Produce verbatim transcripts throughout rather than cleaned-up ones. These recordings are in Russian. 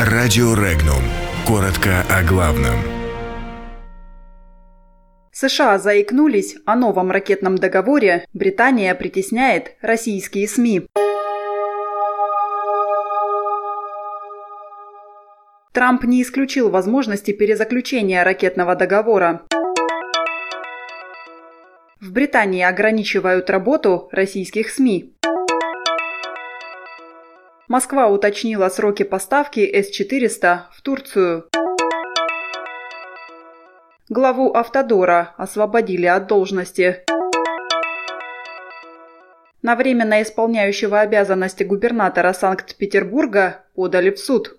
Радио Регнум. Коротко о главном. США заикнулись о новом ракетном договоре, Британия притесняет российские СМИ. Трамп не исключил возможности перезаключения ракетного договора. В Британии ограничивают работу российских СМИ. Москва уточнила сроки поставки эс четыреста в Турцию. Главу Автодора освободили от должности. На временно исполняющего обязанности губернатора Санкт-Петербурга подали в суд.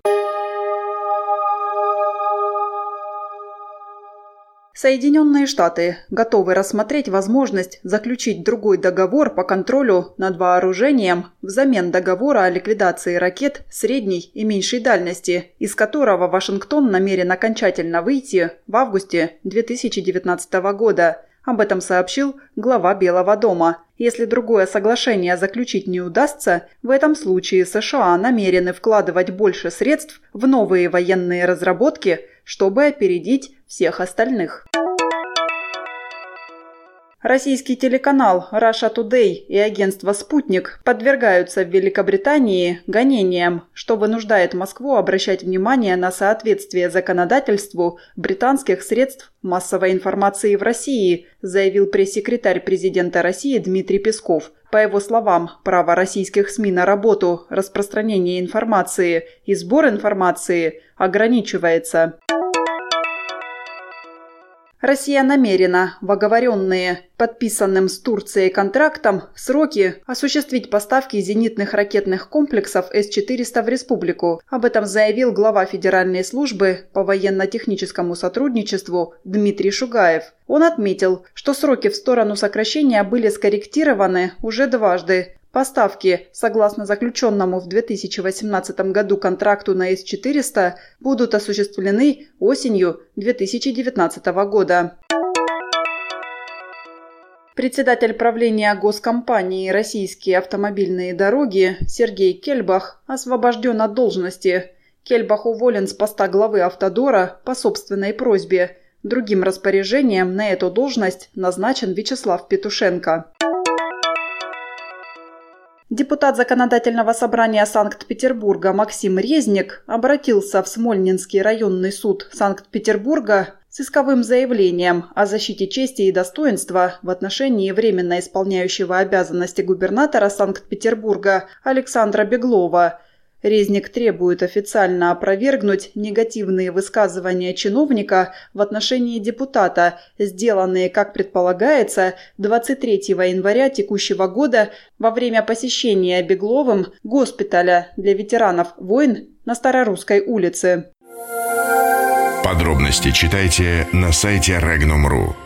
Соединенные Штаты готовы рассмотреть возможность заключить другой договор по контролю над вооружением взамен договора о ликвидации ракет средней и меньшей дальности, из которого Вашингтон намерен окончательно выйти в августе две тысячи девятнадцатого года. Об этом сообщил глава Белого дома. Если другое соглашение заключить не удастся, в этом случае США намерены вкладывать больше средств в новые военные разработки, чтобы опередить всех остальных. Российский телеканал Russia Today и агентство «Спутник» подвергаются в Великобритании гонениям, что вынуждает Москву обращать внимание на соответствие законодательству британских средств массовой информации в России, заявил пресс-секретарь президента России Дмитрий Песков. По его словам, право российских СМИ на работу, распространение информации и сбор информации ограничивается. Россия намерена в оговоренные подписанным с Турцией контрактом сроки осуществить поставки зенитных ракетных комплексов эс четыреста в республику. Об этом заявил глава Федеральной службы по военно-техническому сотрудничеству Дмитрий Шугаев. Он отметил, что сроки в сторону сокращения были скорректированы уже дважды. Поставки, согласно заключенному в две тысячи восемнадцатом году контракту на эс четыреста, будут осуществлены осенью две тысячи девятнадцатого года. Председатель правления госкомпании «Российские автомобильные дороги» Сергей Кельбах освобожден от должности. Кельбах уволен с поста главы Автодора по собственной просьбе. Другим распоряжением на эту должность назначен Вячеслав Петушенко. Депутат Законодательного собрания Санкт-Петербурга Максим Резник обратился в Смольнинский районный суд Санкт-Петербурга с исковым заявлением о защите чести и достоинства в отношении временно исполняющего обязанности губернатора Санкт-Петербурга Александра Беглова. Резник требует официально опровергнуть негативные высказывания чиновника в отношении депутата, сделанные, как предполагается, двадцать третьего января текущего года во время посещения Бегловым госпиталя для ветеранов войн на Старорусской улице. Подробности читайте на сайте регнум точка ру.